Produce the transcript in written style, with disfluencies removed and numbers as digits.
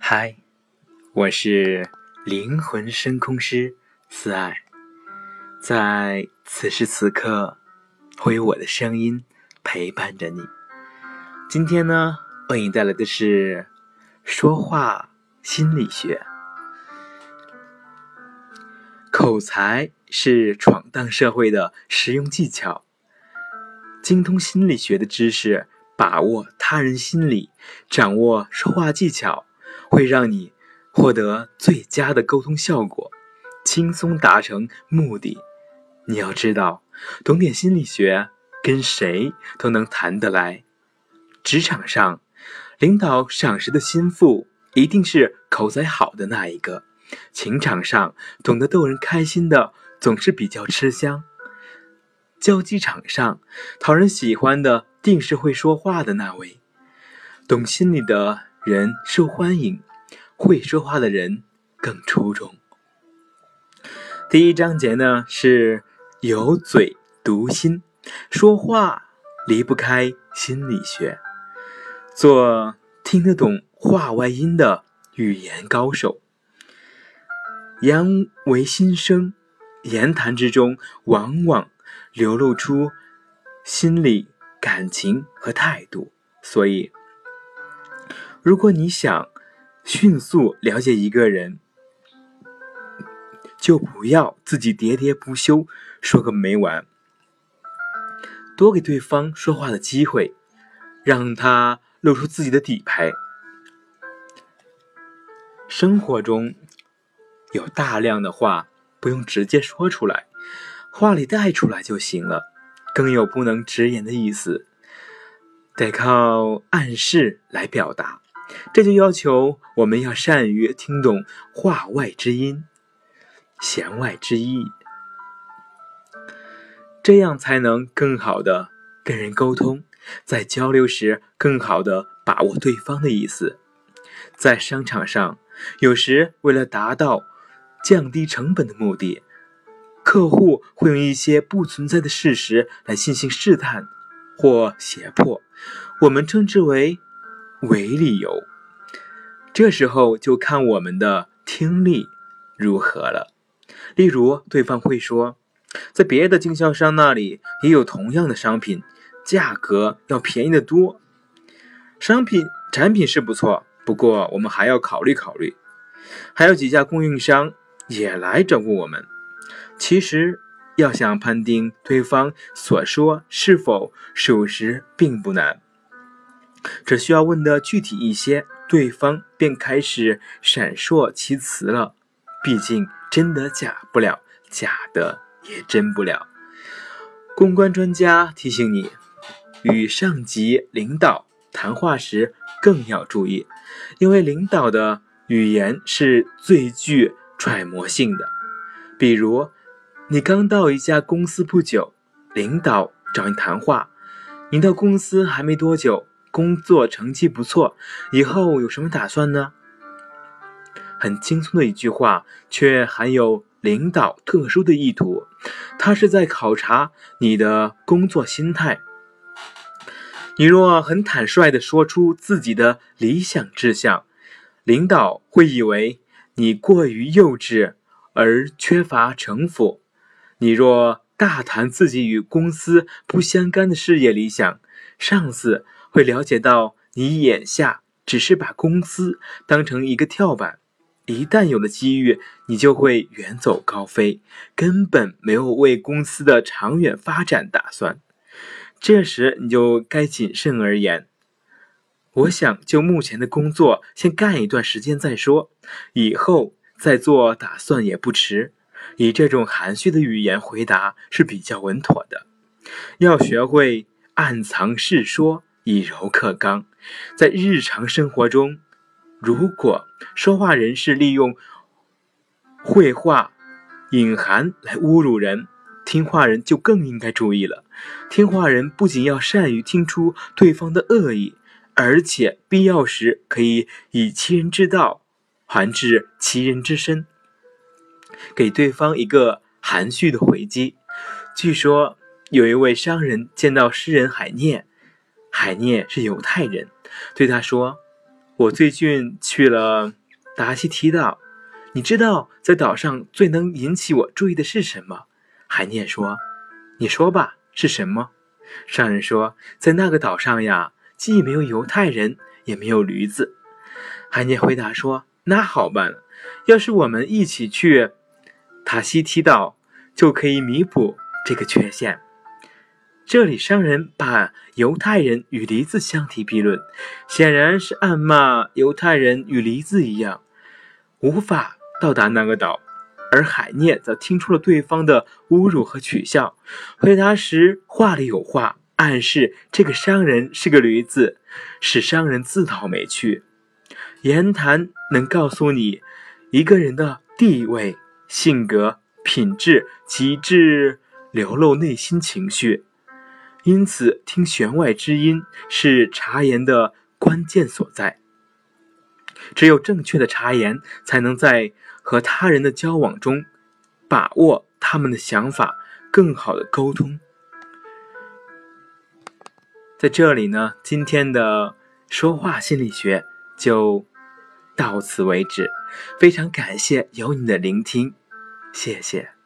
嗨，我是灵魂深空师思爱，在此时此刻，会有我的声音陪伴着你。今天呢，为你带来的是说话心理学。口才是闯荡社会的实用技巧，精通心理学的知识，把握他人心理，掌握说话技巧，会让你获得最佳的沟通效果，轻松达成目的。你要知道，懂点心理学，跟谁都能谈得来。职场上，领导赏识的心腹一定是口才好的那一个。情场上，懂得逗人开心的总是比较吃香。交际场上，讨人喜欢的定是会说话的那位。懂心理的人受欢迎，会说话的人更出众。第一章节呢是有嘴读心，说话离不开心理学，做听得懂话外音的语言高手。言为心声，言谈之中往往流露出心理、感情和态度。所以，如果你想迅速了解一个人，就不要自己喋喋不休，说个没完。多给对方说话的机会，让他露出自己的底牌。生活中有大量的话不用直接说出来，话里带出来就行了，更有不能直言的意思，得靠暗示来表达。这就要求我们要善于听懂话外之音，弦外之意，这样才能更好的跟人沟通，在交流时更好的把握对方的意思。在商场上，有时为了达到降低成本的目的，客户会用一些不存在的事实来进行试探或胁迫，我们称之为伪理由。这时候就看我们的听力如何了。例如，对方会说，在别的经销商那里也有同样的商品，价格要便宜得多。产品是不错，不过我们还要考虑考虑。还有几家供应商也来找过我们。其实，要想判定对方所说是否属实并不难，只需要问得具体一些，对方便开始闪烁其词了。毕竟真的假不了，假的也真不了。公关专家提醒你，与上级领导谈话时更要注意，因为领导的语言是最具揣摩性的。比如，你刚到一家公司不久，领导找你谈话，你到公司还没多久，工作成绩不错，以后有什么打算呢？很轻松的一句话，却含有领导特殊的意图，他是在考察你的工作心态。你若很坦率地说出自己的理想志向，领导会以为你过于幼稚而缺乏城府。你若大谈自己与公司不相干的事业理想，上司会了解到你眼下只是把公司当成一个跳板，一旦有了机遇，你就会远走高飞，根本没有为公司的长远发展打算。这时你就该谨慎而言，我想就目前的工作先干一段时间再说，以后再做打算也不迟。以这种含蓄的语言回答是比较稳妥的。要学会暗藏事说，以柔克刚。在日常生活中，如果说话人是利用绘画、隐含来侮辱人，听话人就更应该注意了。听话人不仅要善于听出对方的恶意，而且必要时可以以其人之道还治其人之身，给对方一个含蓄的回击。据说有一位商人见到诗人海涅，海涅是犹太人，对他说， 我最近去了达西提岛，你知道在岛上最能引起我注意的是什么？海涅说，你说吧，是什么？商人说，在那个岛上呀，既没有犹太人，也没有驴子。海涅回答说，那好办了，要是我们一起去塔西提岛，就可以弥补这个缺陷。这里商人把犹太人与梨子相提并论，显然是暗骂犹太人与梨子一样，无法到达那个岛。而海涅则听出了对方的侮辱和取笑，回答时话里有话，暗示这个商人是个驴子，使商人自讨没趣。言谈能告诉你一个人的地位、性格、品质，极致流露内心情绪。因此，听弦外之音是察言的关键所在。只有正确的察言，才能在和他人的交往中把握他们的想法，更好的沟通。在这里呢，今天的说话心理学就到此为止。非常感谢有你的聆听，谢谢。